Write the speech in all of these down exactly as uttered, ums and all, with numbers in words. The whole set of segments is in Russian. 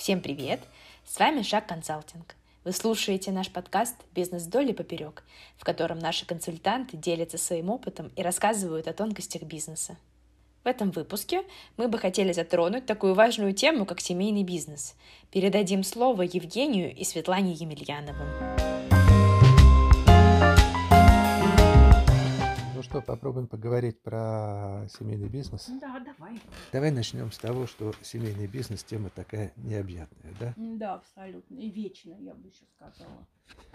Всем привет! С вами Шаг Консалтинг. Вы слушаете наш подкаст «Бизнес вдоль и поперек», в котором наши консультанты делятся своим опытом и рассказывают о тонкостях бизнеса. В этом выпуске мы бы хотели затронуть такую важную тему, как семейный бизнес. Передадим слово Евгению и Светлане Емельяновым. Ну что, попробуем поговорить про семейный бизнес? Да, давай. Давай начнем с того, что семейный бизнес тема такая необъятная, да? Да, абсолютно. И вечная, я бы еще сказала.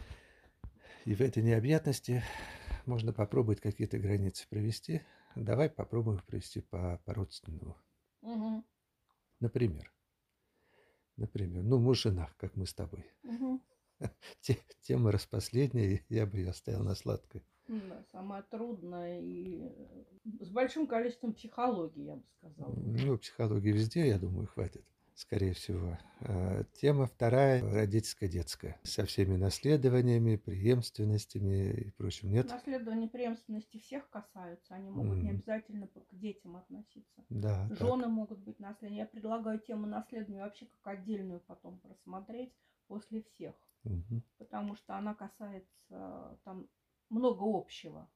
И в этой необъятности можно попробовать какие-то границы провести. Давай попробуем провести по, по-родственному. Угу. Например, например, ну, муж-жена, как мы с тобой. Угу. Тема распоследняя, я бы ее оставил на сладкой. Да, самое трудное и с большим количеством психологии, я бы сказала. Ну, психологии везде, я думаю, хватит, скорее всего. А, тема вторая, родительско-детская, со всеми наследованиями, преемственностями и прочим, нет? Наследование преемственности всех касаются, они могут Mm. не обязательно к детям относиться. Да, Жены так. могут быть наследными. Я предлагаю тему наследования вообще как отдельную потом просмотреть после всех, Мгм. потому что она касается там много общего.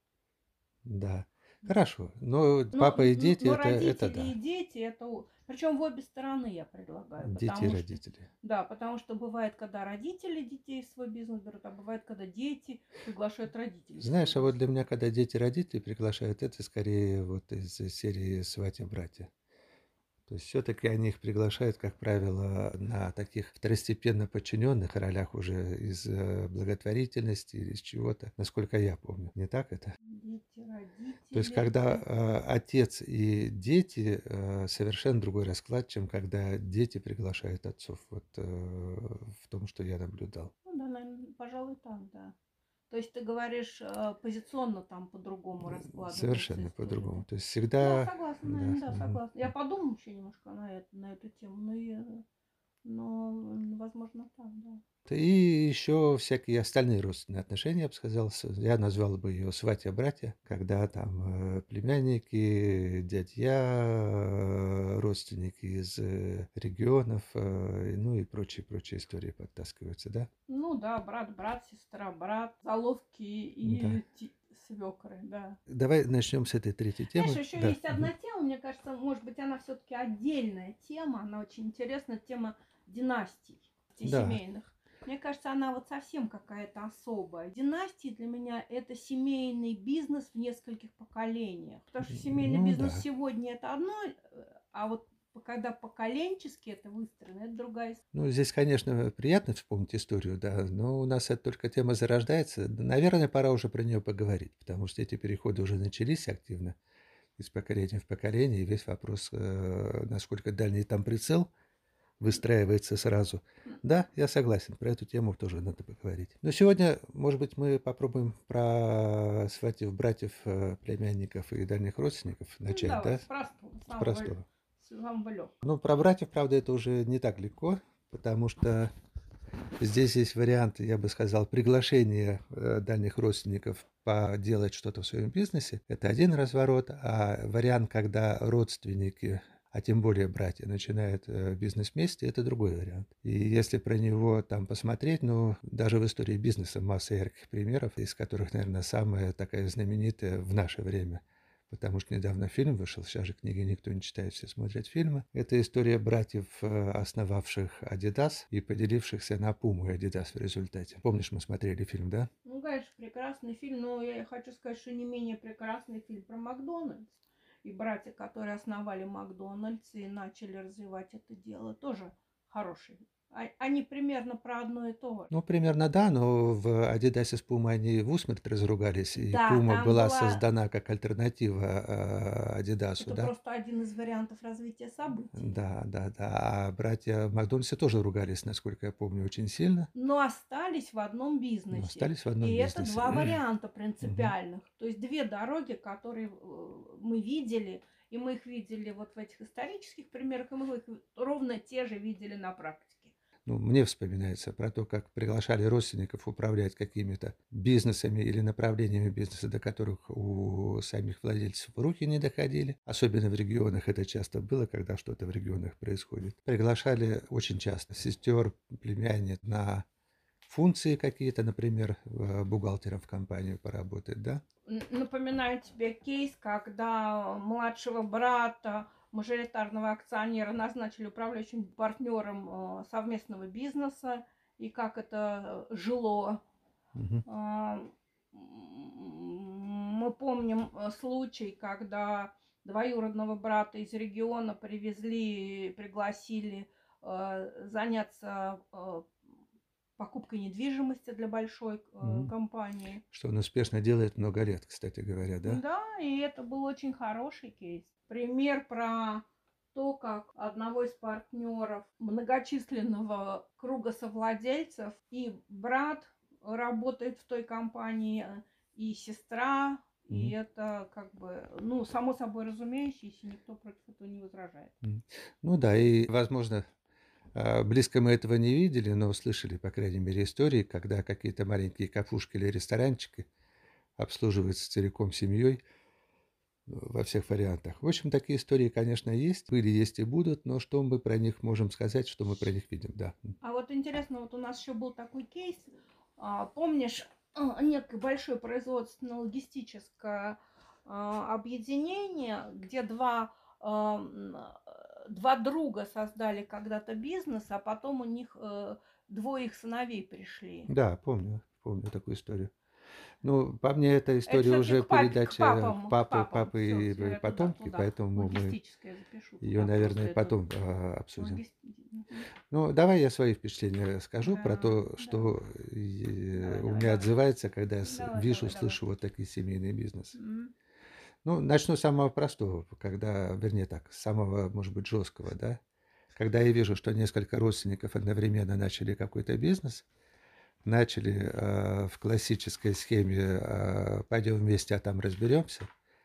Да. Хорошо. Но Ну, папа и ну, дети но это, это родители да. и дети, это... у- Причем в обе стороны я предлагаю. Дети и потому что- родители. Да, потому что бывает, когда родители детей в свой бизнес берут, а бывает, когда дети приглашают родителей. в Знаешь, а свой вот для бизнес. меня, когда дети и родители приглашают, это скорее вот из серии «Сватья-братья». То есть все-таки они их приглашают, как правило, на таких второстепенно подчиненных ролях уже из э, благотворительности или из чего-то, насколько я помню. Не так это? Дети, родители. То есть когда э, отец и дети э, совершенно другой расклад, чем когда дети приглашают отцов. Вот э, в том, что я наблюдал. Ну да, наверное, пожалуй, так, да. То есть ты говоришь, э, позиционно там по-другому раскладывается Совершенно история, по-другому. да? То есть Да, всегда... согласна, Да, наверное, да, мгм. согласна. Я подумаю еще немножко на, это, на эту тему, но, я, но м, возможно, так, да. И еще всякие остальные родственные отношения, я бы сказал, с- я назвал бы ее сватья-братья, когда там э, племянники, дядья, э, родственники из э, регионов, э, ну и прочие-прочие истории подтаскиваются, да? Ну да, брат, брат, сестра, брат, заловки Да. и ти- свекры, да. Давай начнем с этой третьей темы. Знаешь, еще Да. есть одна Мгм. тема, мне кажется, может быть, она все-таки отдельная тема, она очень интересная, тема династий Да. семейных. Мне кажется, она вот совсем какая-то особая. Династии для меня это семейный бизнес в нескольких поколениях. Потому что семейный Ну бизнес да. сегодня это одно, э, а вот когда поколенчески это выстроено, это другая история. Ну, здесь, конечно, приятно вспомнить историю, да, но у нас это только тема зарождается. Наверное, пора уже про нее поговорить, потому что эти переходы уже начались активно из поколения в поколение, и весь вопрос, э, насколько дальний там прицел выстраивается сразу. Да, я согласен, про эту тему тоже надо поговорить. Но сегодня, может быть, мы попробуем про сватьев, братьев, э, племянников и дальних родственников Ну, начать, давай, да? с простого, С самого, простого. самого легкого. Ну, про братьев, правда, это уже не так легко, потому что здесь есть вариант, я бы сказал, приглашения э, дальних родственников поделать что-то в своем бизнесе. Это один разворот, а вариант, когда родственники, а тем более братья, начинают э, бизнес вместе, это другой вариант. И если про него там посмотреть, ну, даже в истории бизнеса масса ярких примеров, из которых, наверное, самая такая знаменитая в наше время, потому что недавно фильм вышел, сейчас же книги никто не читает, все смотрят фильмы. Это история братьев, э, основавших Adidas и поделившихся на Puma и Adidas в результате. Помнишь, мы смотрели фильм, да? Ну, конечно, прекрасный фильм, но я хочу сказать, что не менее прекрасный фильм про Макдональдс. И братья, которые основали Макдональдс и начали развивать это дело, тоже хороший. А- Они примерно про одно и то же. Ну, примерно да, но в Adidas с Puma они в усмерть разругались, и Да, Puma там была была... создана как альтернатива э, Adidas, Это да? просто один из вариантов развития событий. Да, да, да. А братья в Макдональдсе тоже ругались, насколько я помню, очень сильно, Но остались в одном но бизнесе. остались в И одном это бизнесе. два варианта Мгм. принципиальных. То есть две дороги, которые э, мы видели, и мы их видели вот в этих исторических примерах, и мы их ровно те же видели на практике. Ну, ну, мне вспоминается про то, как приглашали родственников управлять какими-то бизнесами или направлениями бизнеса, до которых у самих владельцев руки не доходили. Особенно в регионах это часто было, когда что-то в регионах происходит. Приглашали очень часто сестер, племянниц на функции какие-то, например, бухгалтером в компанию поработать, да? Напоминаю тебе кейс, когда младшего брата мажоритарного акционера назначили управляющим партнером совместного бизнеса, и как это жило. Угу. Мы помним случай, когда двоюродного брата из региона привезли, пригласили заняться покупкой недвижимости для большой э, Мгм. компании. Что он успешно делает много лет, кстати говоря, да? Да, и это был очень хороший кейс. Пример про то, как одного из партнеров многочисленного круга совладельцев и брат работает в той компании, и сестра, и Мгм. это как бы, ну, само собой разумеющееся, никто против этого не возражает. М. Ну да, и, возможно, а, близко мы этого не видели, но слышали, по крайней мере, истории, когда какие-то маленькие кафушки или ресторанчики обслуживаются целиком семьей э, во всех вариантах. В общем, такие истории, конечно, есть, были, есть и будут, но что мы про них можем сказать, что мы про них видим, да. А вот интересно, вот у нас еще был такой кейс, а, помнишь, а, некое большое производственно-логистическое а, объединение, где два, а, м, два друга создали когда-то бизнес, а потом у них э, двое их сыновей пришли. Да, помню, помню такую историю. Ну, по мне, эта Это история все-таки уже к, папе, к передача папам, к папы, папам. папы Все, и все, я туда, потомки, туда. поэтому мы Логистическое запишу. ее, Туда наверное, просто потом это а, обсудим. логист... Мгм. Ну, давай я свои впечатления скажу про Да, то, да. что э, Давай, у давай, меня давай. отзывается, когда я с- Давай, вижу, давай, давай. слышу вот такие семейные бизнесы. М. Ну, начну с самого простого, когда, вернее так, с самого, может быть, жесткого, да. Когда я вижу, что несколько родственников одновременно начали какой-то бизнес, начали э, в классической схеме э, «пойдем вместе, а там разберемся»,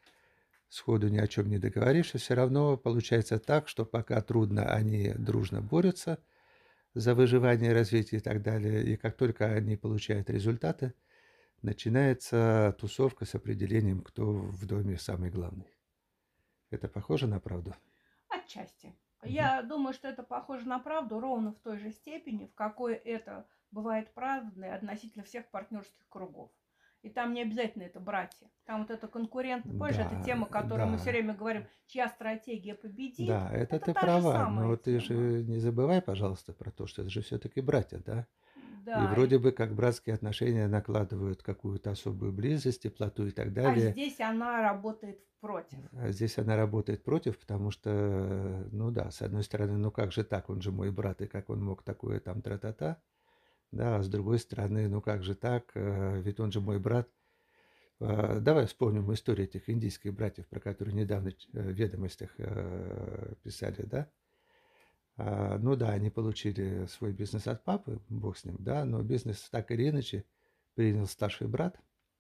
сходу ни о чем не договоришься, все равно получается так, что пока трудно, они дружно борются за выживание, развитие и так далее, и как только они получают результаты, начинается тусовка с определением, кто в доме самый главный. Это похоже на правду? Отчасти. Мгм. Я думаю, что это похоже на правду ровно в той же степени, в какой это бывает правдой относительно всех партнерских кругов. И там не обязательно это братья. Там вот это конкурентно. Помнишь, это Да, тема, которую мы все да, время говорим, чья стратегия победит. да, это Это ты та же права, самая но ты тема. же не забывай, пожалуйста, про то, что это же все-таки братья, да? И Да. вроде бы как братские отношения накладывают какую-то особую близость, теплоту и так А далее. здесь она работает против. А здесь она работает против, потому что, ну да, с одной стороны, ну как же так, он же мой брат, и как он мог такое там тра-та-та, да, а с другой стороны, ну как же так, э, ведь он же мой брат. А, Давай вспомним историю этих индийских братьев, про которые недавно ч- э, в ведомостях э, писали, да. А, Ну да, они получили свой бизнес от папы, бог с ним, да, но бизнес так или иначе принял старший брат,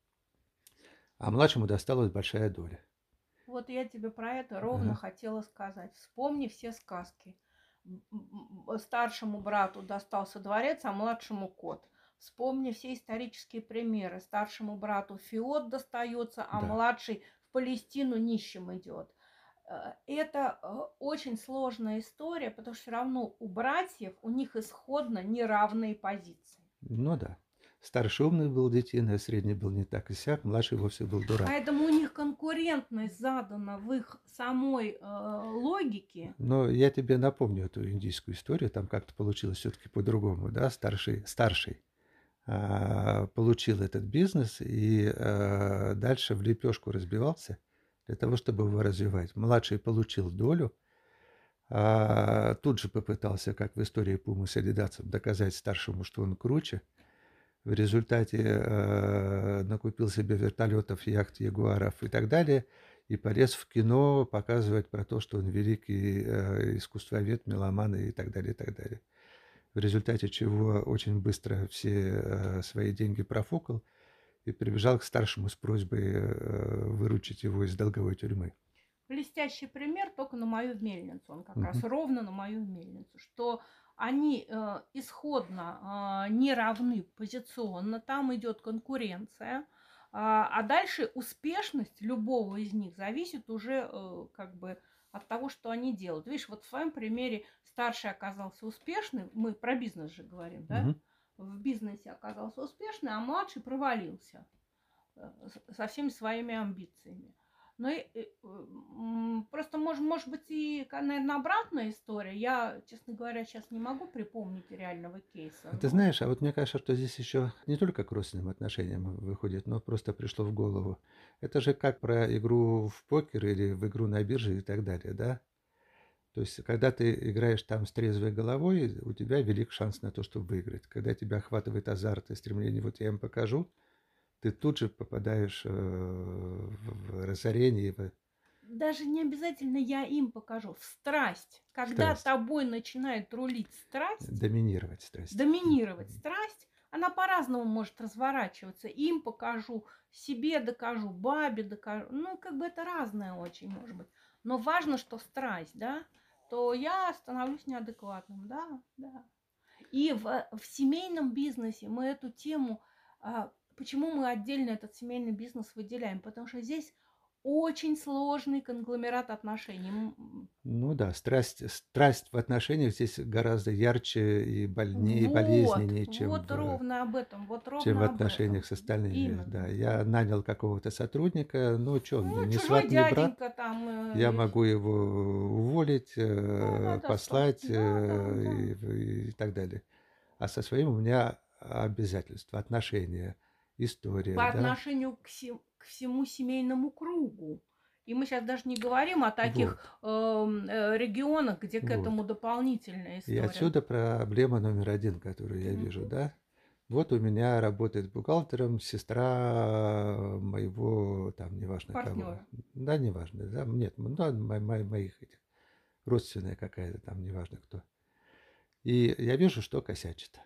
а младшему досталась большая доля. Вот я тебе про это ровно Ага. хотела сказать. Вспомни все сказки. М, м, Старшему брату достался дворец, а младшему кот. Вспомни все исторические примеры. Старшему брату феод достается, а Да. младший в Палестину нищим идет. Э, Это э, очень сложная история, потому что все равно у братьев, у них исходно неравные позиции. Ну да. Старший умный был детина, средний был не так и сяк, младший вовсе был дурак. Поэтому у них конкурентность задана в их самой э, логике. Но я тебе напомню эту индийскую историю, там как-то получилось все-таки по-другому, да, старший, старший а, получил этот бизнес и а, дальше в лепешку разбивался для того, чтобы его развивать. Младший получил долю, а тут же попытался, как в истории Пумы с Адидасом, доказать старшему, что он круче. В результате э, накупил себе вертолетов, яхт, ягуаров и так далее, и полез в кино показывать про то, что он великий э, искусствовед, меломан и так далее, и так далее. В результате чего очень быстро все э, свои деньги профукал и прибежал к старшему с просьбой э, выручить его из долговой тюрьмы. Блестящий пример только на мою мельницу. Он как раз Мгм. ровно на мою мельницу. Что они э, исходно э, не равны позиционно, там идет конкуренция, а, а дальше успешность любого из них зависит уже э, как бы от того, что они делают. Видишь, вот в своем примере старший оказался успешным, мы про бизнес же говорим, да? Мгм. В бизнесе оказался успешным, а младший провалился э, с- со всеми своими амбициями. Но и, э, м, просто, может, может быть, и, наверное, обратная история. Я, честно говоря, сейчас не могу припомнить реального кейса. А ты Но знаешь, а вот мне кажется, что здесь еще не только к родственным отношениям выходит, но просто пришло в голову. Это же как про игру в покер или в игру на бирже и так далее, да? То есть, когда ты играешь там с трезвой головой, у тебя велик шанс на то, чтобы выиграть. Когда тебя охватывает азарт и стремление, вот я им покажу, ты тут же попадаешь э, в в разорение, в даже не обязательно я им покажу. В страсть. Когда страсть, тобой начинает рулить страсть, доминировать страсть. доминировать страсть, она по-разному может разворачиваться. Им покажу, себе докажу, бабе докажу. Ну, как бы это разное очень может быть. Но важно, что страсть, да, то я становлюсь неадекватным, да, да. И в, в семейном бизнесе мы эту тему, а, почему мы отдельно этот семейный бизнес выделяем? Потому что здесь очень сложный конгломерат отношений. М, Ну да, страсть, страсть в отношениях здесь гораздо ярче и больнее, и Вот, болезненнее, чем вот в, ровно об этом, вот чем в ровно об отношениях этом. с остальными. Да, Именно. я нанял какого-то сотрудника, ну что, он мне Ну, ни чужой сват, ни брат, дяденька там. я э, могу его уволить, Да, да, э, да, сто. послать Да, да, э, да. и, и так далее. А со своим у меня обязательства, отношения, история, По да, отношению к, се- к всему семейному кругу. И мы сейчас даже не говорим о таких вот, эм, э, регионах, где к этому вот. дополнительная И история. отсюда проблема номер один, которую я Мгм. вижу, да. Вот у меня работает бухгалтером сестра моего, там, неважно кого. Партнера. Да, неважно, да, нет, ну, да, мо- мо- моих этих, родственная какая-то там, неважно кто. И я вижу, что косячит.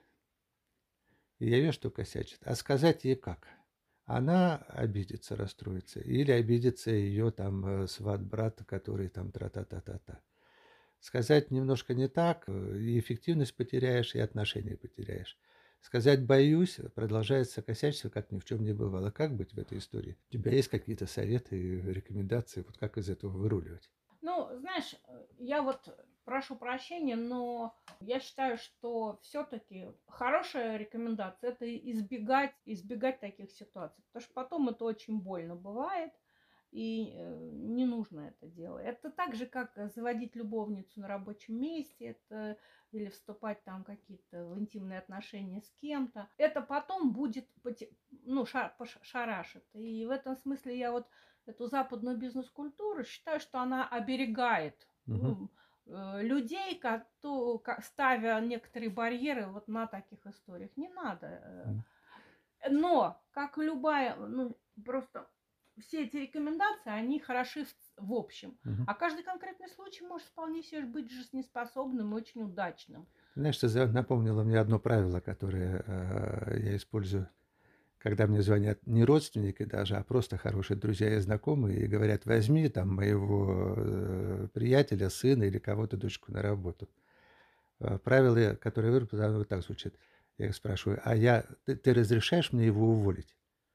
И я вижу, что косячит. А сказать ей как? Она обидится, расстроится. Или обидится ее там э, сват-брат, который там тра-та-та-та-та. Сказать немножко не так, э, и эффективность потеряешь, и отношения потеряешь. Сказать «боюсь» продолжается косячиться, как ни в чем не бывало. Как быть в этой истории? У тебя есть какие-то советы, рекомендации, вот как из этого выруливать? Ну, знаешь, э, я вот прошу прощения, но я считаю, что все-таки хорошая рекомендация это избегать, избегать таких ситуаций, потому что потом это очень больно бывает, и э, не нужно это делать. Это так же, как э, заводить любовницу на рабочем месте, это или вступать там какие-то в интимные отношения с кем-то. Это потом будет, поте- ну, ша- пош- шарашит. И в этом смысле я вот эту западную бизнес-культуру, считаю, что она оберегает Мгм. ну, э, людей, кото- ка- ставя некоторые барьеры вот на таких историях. Не надо. М. э. Но, как и любая, ну, просто все эти рекомендации, они хороши в, в общем. Мгм. А каждый конкретный случай может вполне себе быть жизнеспособным и очень удачным. Ты знаешь, ты за- напомнила мне одно правило, которое э, я использую, когда мне звонят не родственники даже, а просто хорошие друзья и знакомые, и говорят, возьми там моего э, приятеля, сына или кого-то, дочку на работу. Э, Правило, которое выработано, оно вот так звучит. Я их спрашиваю, а я, ты, ты разрешаешь мне его уволить?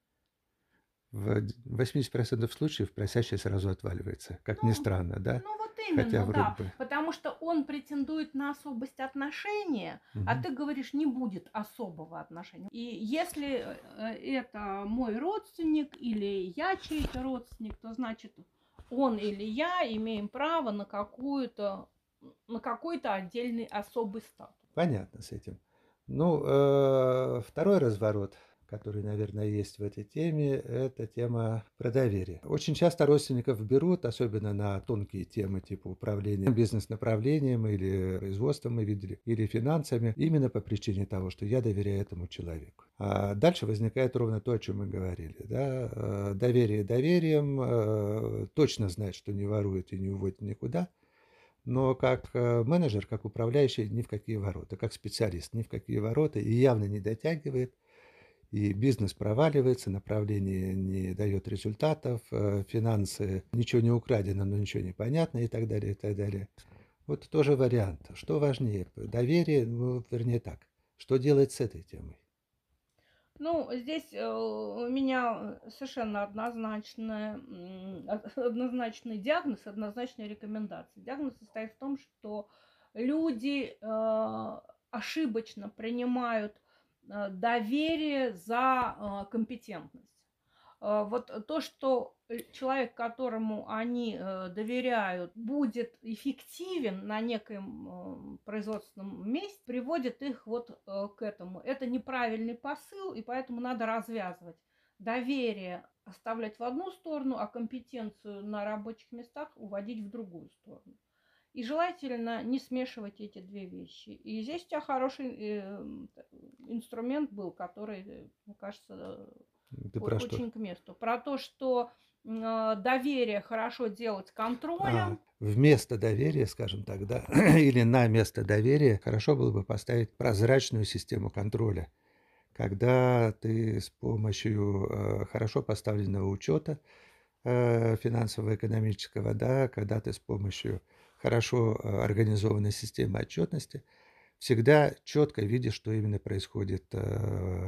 В д- восемьдесят процентов случаев просящий сразу отваливается. Как ни Ну, странно, да? ну вот Хотя именно, вроде да. бы. Потому что он претендует на особость отношения, а Мгм. ты говоришь, не будет особого отношения. И если э, это мой родственник или я чей-то родственник, то значит он или я имеем право на какую-то на какой-то отдельный особый статус. Понятно с этим. Ну, э, второй разворот, который, наверное, есть в этой теме, это тема про доверие. Очень часто родственников берут, особенно на тонкие темы типа управления бизнес-направлением или производством, мы видели, или финансами, именно по причине того, что я доверяю этому человеку. А дальше возникает ровно то, о чем мы говорили. Да? Э, Доверие доверием, э, точно знать, что не ворует и не уводит никуда, но как э, менеджер, как управляющий ни в какие ворота, как специалист ни в какие ворота, и явно не дотягивает, и бизнес проваливается, направление не дает результатов, э, финансы, ничего не украдено, но ничего не понятно и так далее, и так далее. Вот тоже вариант. Что важнее? Доверие, ну, вернее так. Что делать с этой темой? Ну, здесь э, у меня совершенно однозначная, м, од- однозначный диагноз, однозначная рекомендация. Диагноз состоит в том, что люди э, ошибочно принимают э, доверие за э, компетентность. Э, Вот то, что э, человек, которому они э, доверяют, будет эффективен на некоем э, производственном месте, приводит их вот э, к этому. Это неправильный посыл, и поэтому надо развязывать. Доверие оставлять в одну сторону, а компетенцию на рабочих местах уводить в другую сторону. И желательно не смешивать эти две вещи. И здесь у тебя хороший э, инструмент был, который, э, мне кажется, Ты о- про что? очень к месту. Про то, что э, доверие хорошо делать А, контролем. вместо доверия, скажем так, да, или на место доверия, хорошо было бы поставить прозрачную систему контроля, когда ты с помощью э, хорошо поставленного учета э, финансово-экономического, да, когда ты с помощью хорошо э, организованной системы отчетности всегда четко видишь, что именно происходит э,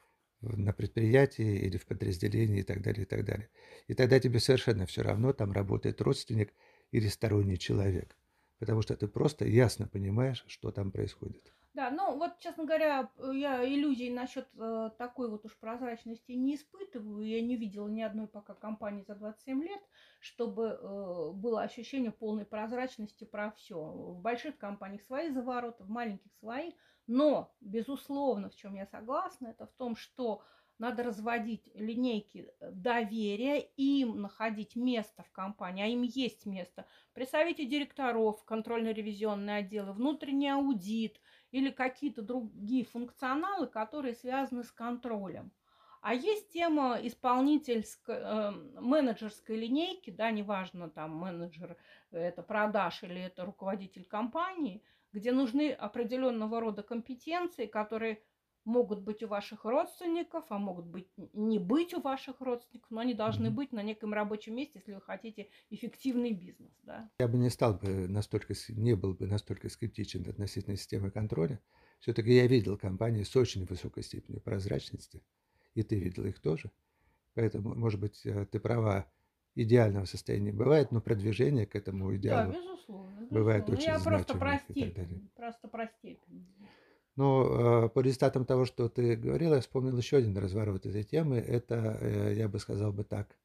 на предприятии или в подразделении и так далее, и так далее. И тогда тебе совершенно все равно, там работает родственник или сторонний человек, потому что ты просто ясно понимаешь, что там происходит. Да, ну вот, честно говоря, э, я иллюзий насчет э, такой вот уж прозрачности не испытываю. Я не видела ни одной пока компании за двадцать семь лет, чтобы э, было ощущение полной прозрачности про все. В больших компаниях свои завороты, в маленьких свои. Но, безусловно, в чем я согласна, это в том, что надо разводить линейки доверия, им находить место в компании, а им есть место при совете директоров, контрольно-ревизионные отделы, внутренний аудит или какие-то другие функционалы, которые связаны с контролем. А есть тема исполнительской, э, менеджерской линейки, да, неважно, там менеджер это продаж или это руководитель компании, где нужны определенного рода компетенции, которые могут быть у ваших родственников, а могут быть не быть у ваших родственников, но они должны Мгм. быть на неком рабочем месте, если вы хотите эффективный бизнес, да. Я бы не стал бы настолько, с- не был бы настолько скептичен относительно системы контроля. Все-таки я видел компании с очень высокой степенью прозрачности, и ты видел их тоже. Поэтому, может быть, э, ты права, идеального состояния бывает, но продвижение к этому Да, идеалу безусловно, бывает безусловно. очень Я просто про значимое и так далее. степень, просто про степень. Но э, по результатам того, что ты говорила, я вспомнил еще один разворот этой темы. Это, э, я бы сказал бы так,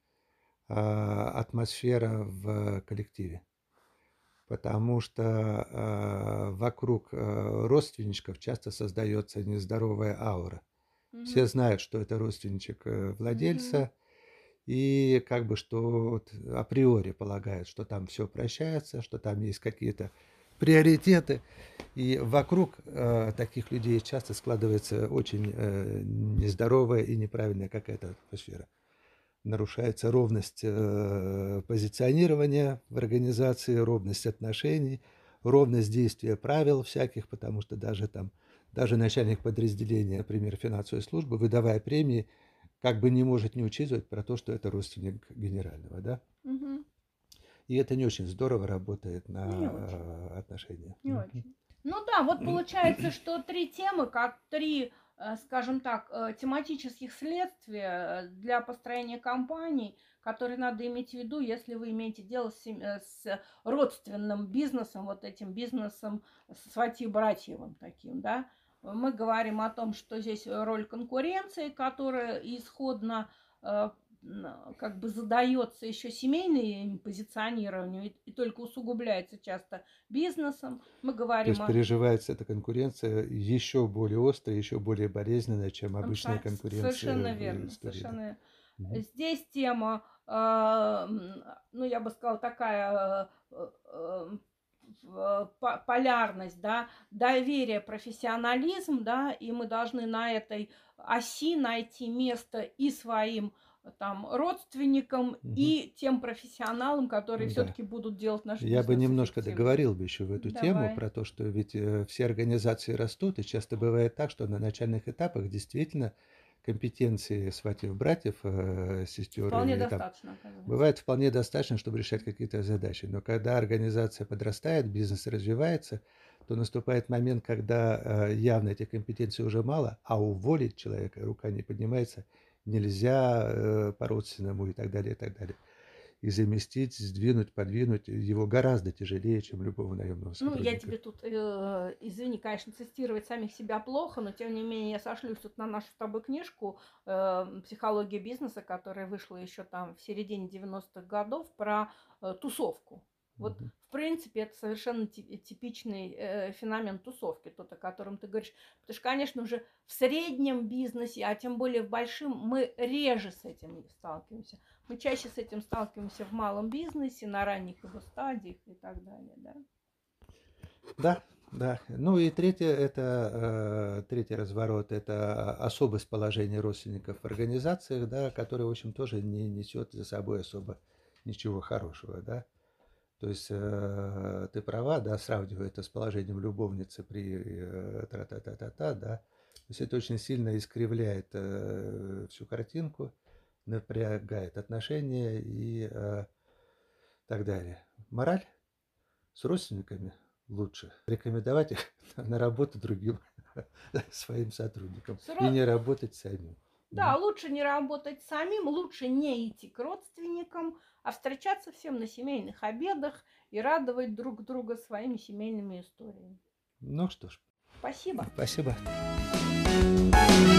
а, атмосфера в коллективе. Потому что а, вокруг а, родственничков часто создается нездоровая аура. Все Мгм. знают, что это родственничек э, Мгм. владельца, и как бы что вот априори полагают, что там все прощается, что там есть какие-то приоритеты. И вокруг э, таких людей часто складывается очень э, нездоровая и неправильная какая-то атмосфера. Нарушается ровность э, позиционирования в организации, ровность отношений, ровность действия правил всяких, потому что даже там, даже начальник подразделения, например, финансовой службы, выдавая премии, как бы не может не учитывать про то, что это родственник генерального, да? Мгм. И это не очень здорово работает Не на очень, э, отношения. не Мгм. очень. Ну да, вот получается, что три темы, как три, э, скажем так, э, тематических следствия э, для построения компаний, которые надо иметь в виду, если вы имеете дело с, сем- э, с родственным бизнесом, вот этим бизнесом свати-братьевым таким, да. Мы говорим о том, что здесь роль конкуренции, которая исходно э, н- как бы задается еще семейным позиционированием и, и только усугубляется часто бизнесом. Мы То говорим есть о переживается эта конкуренция еще более острая, еще более болезненная, чем обычная абсо- совершенно конкуренция в верно, истории. Да. совершенно. Мгм. Здесь тема, э, м, ну я бы сказала такая э, э, в- по- полярность, да, доверие, профессионализм, да, и мы должны на этой оси найти место и своим э, там родственникам, Мгм. и тем профессионалам, которые Да. все-таки будут делать наш Я бы бизнес немножко эффективным. договорил бы еще в эту тему Давай. про то, что ведь э, все организации растут, и часто бывает так, что на начальных этапах действительно компетенции сватьев-братьев, э, сестер Вполне или там достаточно, оказывается. бывает вполне достаточно, чтобы решать какие-то задачи. Но когда организация подрастает, бизнес развивается, то наступает момент, когда э, явно этих компетенций уже мало, а уволить человека рука не поднимается, нельзя э, по-родственному и так далее, и так далее. И заместить, сдвинуть, подвинуть его гораздо тяжелее, чем любого наемного Ну, сотрудника. я тебе тут, э, извини, конечно, цитировать самих себя плохо, но тем не менее я сошлюсь тут на нашу с тобой книжку э, «Психология бизнеса», которая вышла еще там в середине девяностых годов, про э, тусовку. Вот, Мгм. в принципе, это совершенно ти- типичный э, феномен тусовки, тот, о котором ты говоришь. Потому что, конечно, уже в среднем бизнесе, а тем более в большом, мы реже с этим сталкиваемся. Мы чаще с этим сталкиваемся в малом бизнесе, на ранних его стадиях и так далее, да. Да, да. Ну и третье, это э, третий разворот, это особость положения родственников в организациях, да, которая, в общем, тоже не несет за собой особо ничего хорошего, да. То есть э, ты права, да, сравнивая это с положением любовницы при э, тра-та-та-та-та, да. То есть это очень сильно искривляет э, всю картинку, напрягает отношения и э, так далее. Мораль: с родственниками лучше рекомендовать их на работу другим своим сотрудникам С и ро- не работать самим. Да, Мгм. лучше не работать самим, лучше не идти к родственникам, а встречаться всем на семейных обедах и радовать друг друга своими семейными историями. Ну что ж, Спасибо. спасибо.